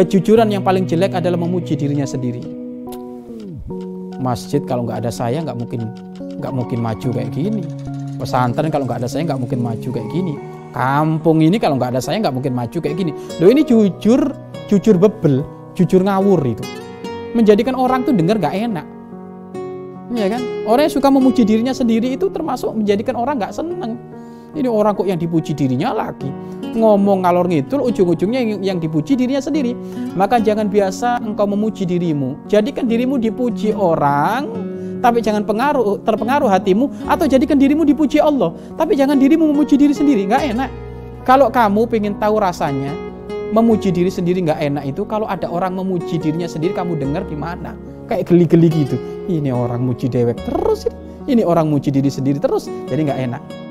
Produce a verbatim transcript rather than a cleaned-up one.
Kejujuran yang paling jelek adalah memuji dirinya sendiri. Masjid kalau nggak ada saya nggak mungkin nggak mungkin maju kayak gini. Pesantren kalau nggak ada saya nggak mungkin maju kayak gini. Kampung ini kalau nggak ada saya nggak mungkin maju kayak gini. Loh, ini jujur, jujur bebel, jujur ngawur itu. Menjadikan orang tuh dengar nggak enak. Ya kan? Orang yang suka memuji dirinya sendiri itu termasuk menjadikan orang nggak seneng. Ini orang kok yang dipuji dirinya lagi. Ngomong ngalor ngidul, ujung-ujungnya yang, yang dipuji dirinya sendiri. Maka jangan biasa engkau memuji dirimu. Jadikan dirimu dipuji orang, tapi jangan pengaruh, terpengaruh hatimu. Atau jadikan dirimu dipuji Allah, tapi jangan dirimu memuji diri sendiri. Nggak enak. Kalau kamu pengen tahu rasanya memuji diri sendiri nggak enak itu, kalau ada orang memuji dirinya sendiri, kamu dengar gimana? Kayak geli-geli gitu. Ini orang muji dewek terus, ini orang muji diri sendiri terus, jadi nggak enak.